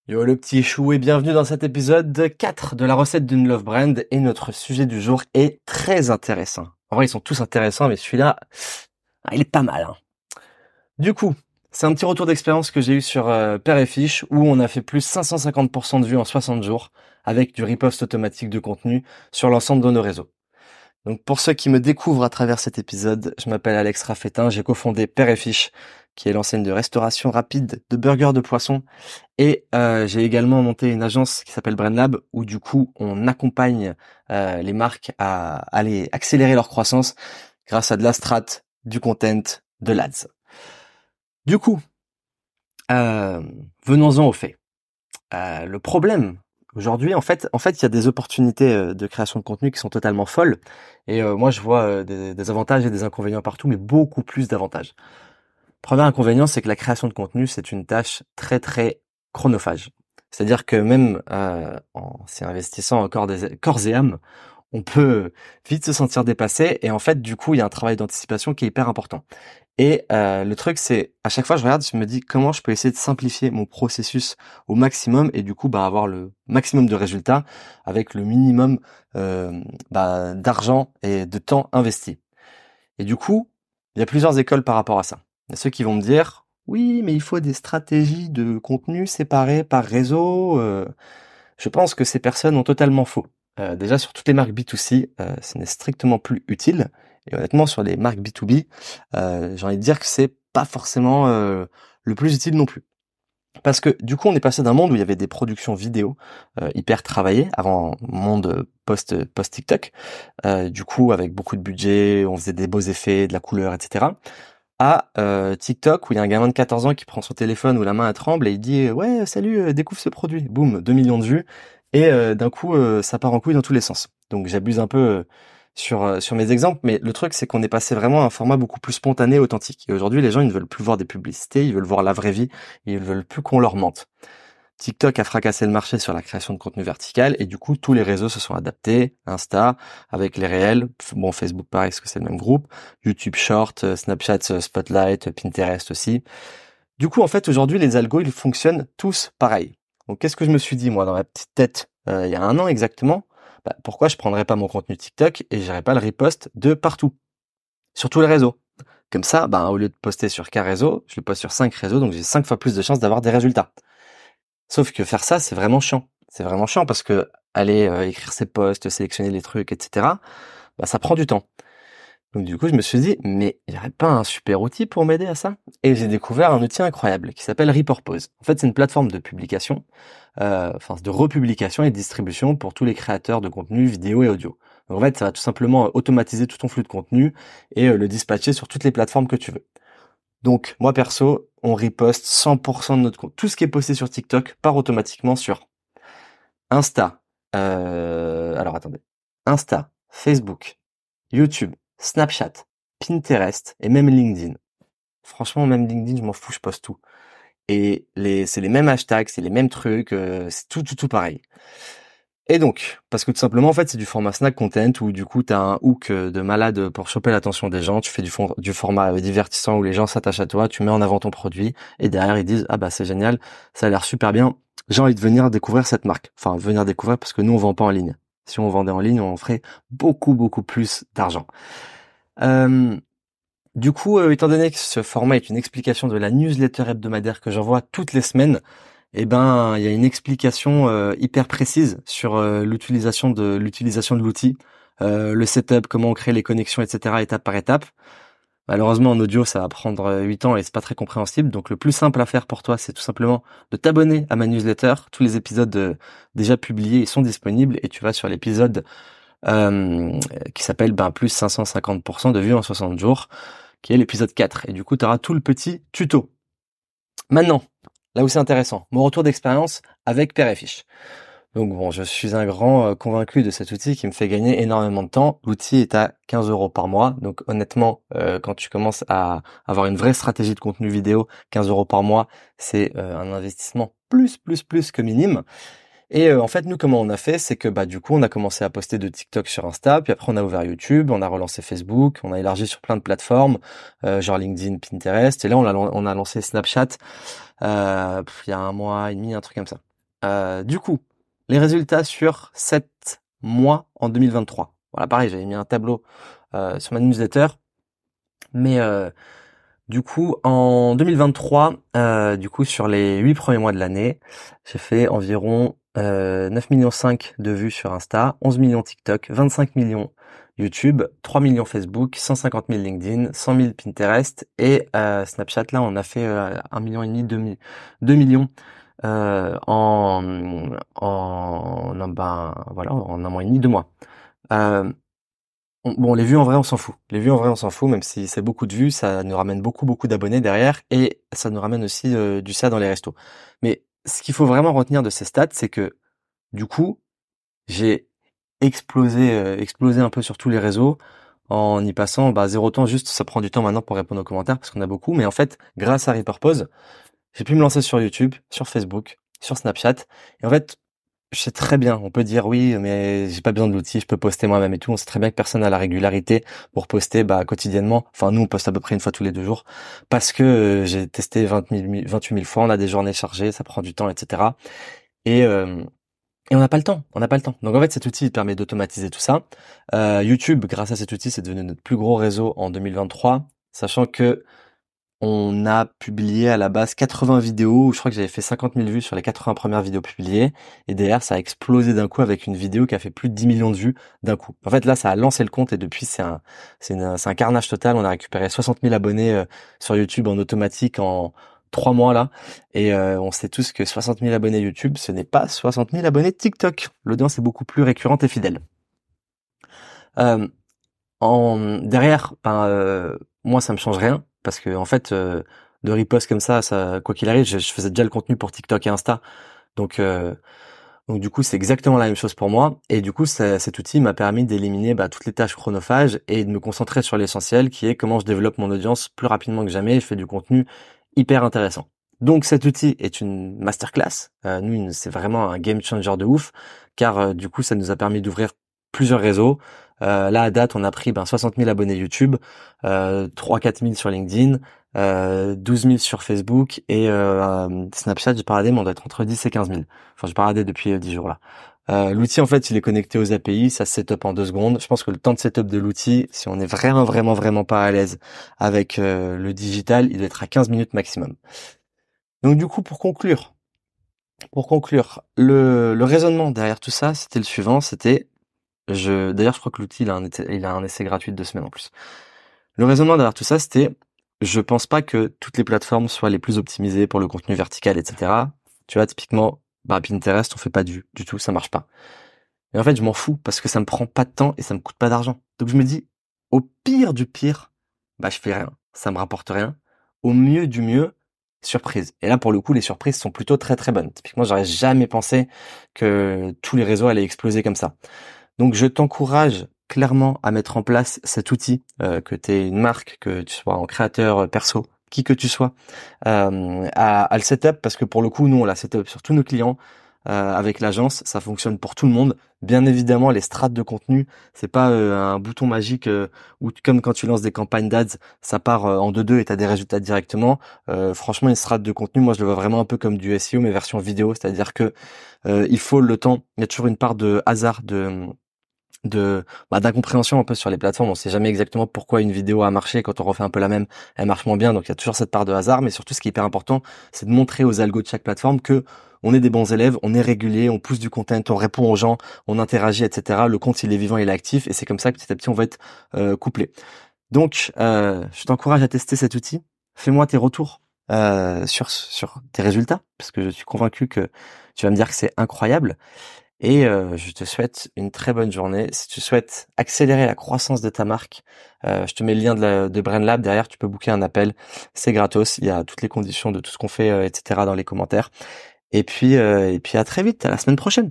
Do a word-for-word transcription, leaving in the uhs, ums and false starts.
Yo le petit chou et bienvenue dans cet épisode quatre de la recette d'une love brand et notre sujet du jour est très intéressant. En vrai ils sont tous intéressants mais celui-là, ah, il est pas mal. Hein. Du coup, c'est un petit retour d'expérience que j'ai eu sur euh, Père et Fiche où on a fait plus cinq cent cinquante pour cent de vues en soixante jours avec du repost automatique de contenu sur l'ensemble de nos réseaux. Donc pour ceux qui me découvrent à travers cet épisode, je m'appelle Alex Raffetin, j'ai cofondé Père et Fiche, qui est l'enseigne de restauration rapide de burgers de poisson. Et euh, j'ai également monté une agence qui s'appelle BrandLab, où du coup on accompagne euh, les marques à aller accélérer leur croissance grâce à de la strat, du content, de l'ads. Du coup, euh, venons-en au fait. Euh, le problème aujourd'hui, en fait, en fait, il y a des opportunités euh, de création de contenu qui sont totalement folles. Et euh, moi, je vois euh, des, des avantages et des inconvénients partout, mais beaucoup plus d'avantages. Premier inconvénient, c'est que la création de contenu, c'est une tâche très très chronophage. C'est-à-dire que même euh, en s'y investissant corps, des, corps et âme, on peut vite se sentir dépassé. Et en fait, du coup, il y a un travail d'anticipation qui est hyper important. Et euh, le truc, c'est à chaque fois je regarde, je me dis comment je peux essayer de simplifier mon processus au maximum et du coup bah avoir le maximum de résultats avec le minimum euh, bah, d'argent et de temps investi. Et du coup, il y a plusieurs écoles par rapport à ça. Il y a ceux qui vont me dire oui, mais il faut des stratégies de contenu séparées par réseau. Euh, je pense que ces personnes ont totalement faux. Euh, déjà sur toutes les marques B deux C, euh, ce n'est strictement plus utile. Et honnêtement, sur les marques B deux B, euh, j'ai envie de dire que c'est pas forcément euh, le plus utile non plus. Parce que du coup, on est passé d'un monde où il y avait des productions vidéo euh, hyper travaillées, avant monde post post TikTok, euh, du coup avec beaucoup de budget, on faisait des beaux effets, de la couleur, et cetera. À euh, TikTok où il y a un gamin de quatorze ans qui prend son téléphone où la main elle tremble et il dit ouais salut euh, découvre ce produit, boum, deux millions de vues et euh, d'un coup euh, ça part en couille dans tous les sens. Donc j'abuse un peu euh, sur euh, sur mes exemples, mais le truc c'est qu'on est passé vraiment à un format beaucoup plus spontané, authentique. Et aujourd'hui les gens ils ne veulent plus voir des publicités, ils veulent voir la vraie vie, et ils veulent plus qu'on leur mente. TikTok a fracassé le marché sur la création de contenu vertical et du coup tous les réseaux se sont adaptés, Insta avec les réels, bon Facebook pareil parce que c'est le même groupe, YouTube Short, euh, Snapchat euh, Spotlight, euh, Pinterest aussi. Du coup en fait aujourd'hui les algos ils fonctionnent tous pareil. Donc qu'est-ce que je me suis dit moi dans ma petite tête euh, il y a un an exactement, bah, pourquoi je prendrais pas mon contenu TikTok et j'irais pas le repost de partout, sur tous les réseaux. Comme ça, bah, au lieu de poster sur qu'un réseau, je le poste sur cinq réseaux donc j'ai cinq fois plus de chances d'avoir des résultats. Sauf que faire ça, c'est vraiment chiant. C'est vraiment chiant parce que aller euh, écrire ses posts, sélectionner les trucs, et cetera, bah, ça prend du temps. Donc du coup, je me suis dit, mais il n'y aurait pas un super outil pour m'aider à ça? Et j'ai découvert un outil incroyable qui s'appelle Repurpose. En fait, c'est une plateforme de publication, euh, enfin de republication et de distribution pour tous les créateurs de contenu vidéo et audio. Donc en fait, ça va tout simplement automatiser tout ton flux de contenu et euh, le dispatcher sur toutes les plateformes que tu veux. Donc, moi perso, on reposte cent pour cent de notre compte. Tout ce qui est posté sur TikTok part automatiquement sur Insta. Euh, alors attendez. Insta, Facebook, YouTube, Snapchat, Pinterest et même LinkedIn. Franchement, même LinkedIn, je m'en fous, je poste tout. Et les, c'est les mêmes hashtags, c'est les mêmes trucs, euh, c'est tout, tout, tout pareil. Et donc, parce que tout simplement, en fait, c'est du format snack content où du coup, t'as un hook de malade pour choper l'attention des gens. Tu fais du, fond, du format divertissant où les gens s'attachent à toi, tu mets en avant ton produit et derrière ils disent ah bah c'est génial, ça a l'air super bien. J'ai envie de venir découvrir cette marque. Enfin, venir découvrir parce que nous on vend pas en ligne. Si on vendait en ligne, on ferait beaucoup beaucoup plus d'argent. Euh, du coup, euh, étant donné que ce format est une explication de la newsletter hebdomadaire que j'envoie toutes les semaines, eh ben, il y a une explication euh, hyper précise sur euh, l'utilisation de l'utilisation de l'outil, euh, le setup, comment on crée les connexions, et cetera, étape par étape. Malheureusement, en audio, ça va prendre euh, huit ans et c'est pas très compréhensible. Donc, le plus simple à faire pour toi, c'est tout simplement de t'abonner à ma newsletter. Tous les épisodes euh, déjà publiés, ils sont disponibles et tu vas sur l'épisode euh, qui s'appelle ben, plus cinq cent cinquante pour cent de vues en soixante jours, qui est l'épisode quatre. Et du coup, tu auras tout le petit tuto. Maintenant, là où c'est intéressant, mon retour d'expérience avec Père et Fiche. Donc bon, je suis un grand euh, convaincu de cet outil qui me fait gagner énormément de temps. L'outil est à quinze euros par mois. Donc honnêtement, euh, quand tu commences à avoir une vraie stratégie de contenu vidéo, quinze euros par mois, c'est euh, un investissement plus, plus, plus que minime. Et euh, en fait, nous, comment on a fait, c'est que bah du coup, on a commencé à poster de TikTok sur Insta, puis après on a ouvert YouTube, on a relancé Facebook, on a élargi sur plein de plateformes, euh, genre LinkedIn, Pinterest, et là on a, on a lancé Snapchat euh, il y a un mois et demi, un truc comme ça. Euh, du coup, les résultats sur sept mois en deux mille vingt-trois. Voilà, pareil, j'avais mis un tableau euh, sur ma newsletter, mais euh, du coup, en deux mille vingt-trois, euh, du coup, sur les huit premiers mois de l'année, j'ai fait environ euh, neuf virgule cinq millions de vues sur Insta, onze millions TikTok, vingt-cinq millions YouTube, trois millions Facebook, cent cinquante mille LinkedIn, cent mille Pinterest et euh, Snapchat. Là, on a fait euh, un million et demi, deux, mi- deux millions euh, en en non, ben voilà, en un mois et demi, deux mois. Euh, on- Bon, les vues en vrai, on s'en fout. Les vues en vrai, on s'en fout, même si c'est beaucoup de vues, ça nous ramène beaucoup, beaucoup d'abonnés derrière et ça nous ramène aussi euh, du ça dans les restos. Mais ce qu'il faut vraiment retenir de ces stats, c'est que du coup, j'ai explosé, euh, explosé un peu sur tous les réseaux en y passant bah, zéro temps. Juste, ça prend du temps maintenant pour répondre aux commentaires parce qu'on a beaucoup. Mais en fait, grâce à Repurpose, j'ai pu me lancer sur YouTube, sur Facebook, sur Snapchat. Et en fait, je sais très bien, on peut dire oui, mais j'ai pas besoin de l'outil, je peux poster moi-même et tout. On sait très bien que personne n'a la régularité pour poster bah, quotidiennement. Enfin, nous, on poste à peu près une fois tous les deux jours parce que euh, j'ai testé vingt mille, vingt-huit mille fois. On a des journées chargées, ça prend du temps, et cetera. Et, euh, et on n'a pas le temps, on n'a pas le temps. Donc en fait, cet outil il permet d'automatiser tout ça. Euh, YouTube, grâce à cet outil, c'est devenu notre plus gros réseau en deux mille vingt-trois, sachant que on a publié à la base quatre-vingts vidéos, je crois que j'avais fait cinquante mille vues sur les quatre-vingts premières vidéos publiées, et derrière ça a explosé d'un coup avec une vidéo qui a fait plus de dix millions de vues d'un coup. En fait là ça a lancé le compte et depuis c'est un c'est une- c'est un carnage total, on a récupéré soixante mille abonnés euh, sur YouTube en automatique en trois mois là, et euh, on sait tous que soixante mille abonnés YouTube, ce n'est pas soixante mille abonnés TikTok. L'audience est beaucoup plus récurrente et fidèle. Euh, en derrière, ben, euh, moi ça me change rien parce que en fait euh, de riposte comme ça, ça quoi qu'il arrive, je, je faisais déjà le contenu pour TikTok et Insta, donc euh, donc du coup c'est exactement la même chose pour moi et du coup ça- cet outil m'a permis d'éliminer bah, toutes les tâches chronophages et de me concentrer sur l'essentiel qui est comment je développe mon audience plus rapidement que jamais et je fais du contenu hyper intéressant. Donc cet outil est une masterclass. Euh, nous, c'est vraiment un game changer de ouf, car euh, du coup, ça nous a permis d'ouvrir plusieurs réseaux. Euh, là, à date, on a pris ben, soixante mille abonnés YouTube, euh, trois à quatre mille sur LinkedIn, euh, douze mille sur Facebook et euh, Snapchat, j'ai pas regardé, mais on doit être entre dix et quinze mille. Enfin, j'ai pas regardé depuis euh, dix jours là. Euh, l'outil, en fait, il est connecté aux A P I, ça se setup en deux secondes. Je pense que le temps de setup de l'outil, si on est vraiment, vraiment, vraiment pas à l'aise avec euh, le digital, il doit être à quinze minutes maximum. Donc du coup, pour conclure, pour conclure, le, le raisonnement derrière tout ça, c'était le suivant, c'était, je, d'ailleurs, je crois que l'outil, il a un, essai- il a un essai gratuit de deux semaines en plus. Le raisonnement derrière tout ça, c'était, je pense pas que toutes les plateformes soient les plus optimisées pour le contenu vertical, et cetera. Tu vois, typiquement, bah, Pinterest, on fait pas du, du tout, ça marche pas. Et en fait, je m'en fous parce que ça me prend pas de temps et ça me coûte pas d'argent. Donc je me dis, au pire du pire, bah je fais rien, ça me rapporte rien. Au mieux du mieux, surprise. Et là, pour le coup, les surprises sont plutôt très très bonnes. Typiquement, j'aurais jamais pensé que tous les réseaux allaient exploser comme ça. Donc je t'encourage clairement à mettre en place cet outil, euh, que tu aies une marque, que tu sois en créateur euh, perso, qui que tu sois, euh, à, à le setup parce que pour le coup, nous on l'a setup sur tous nos clients. Euh, avec l'agence, ça fonctionne pour tout le monde. Bien évidemment, les strates de contenu, c'est pas euh, un bouton magique euh, où comme quand tu lances des campagnes d'ads, ça part euh, en deux deux et t'as des résultats directement. Euh, franchement, une strate de contenu, moi je le vois vraiment un peu comme du S E O mais version vidéo, c'est-à-dire que euh, il faut le temps. Il y a toujours une part de hasard, de de bah, d'incompréhension un peu sur les plateformes. On sait jamais exactement pourquoi une vidéo a marché. Quand on refait un peu la même, elle marche moins bien. Donc il y a toujours cette part de hasard. Mais surtout, ce qui est hyper important, c'est de montrer aux algos de chaque plateforme que on est des bons élèves, on est régulier, on pousse du content, on répond aux gens, on interagit, et cetera. Le compte, il est vivant, il est actif. Et c'est comme ça que petit à petit, on va être euh, couplé. Donc, euh, je t'encourage à tester cet outil. Fais-moi tes retours euh, sur sur tes résultats, parce que je suis convaincu que tu vas me dire que c'est incroyable. Et euh, je te souhaite une très bonne journée. Si tu souhaites accélérer la croissance de ta marque, euh, je te mets le lien de, la, de BrainLab derrière. Tu peux booker un appel, c'est gratos. Il y a toutes les conditions de tout ce qu'on fait, euh, et cetera dans les commentaires. Et puis, euh, et puis à très vite, à la semaine prochaine.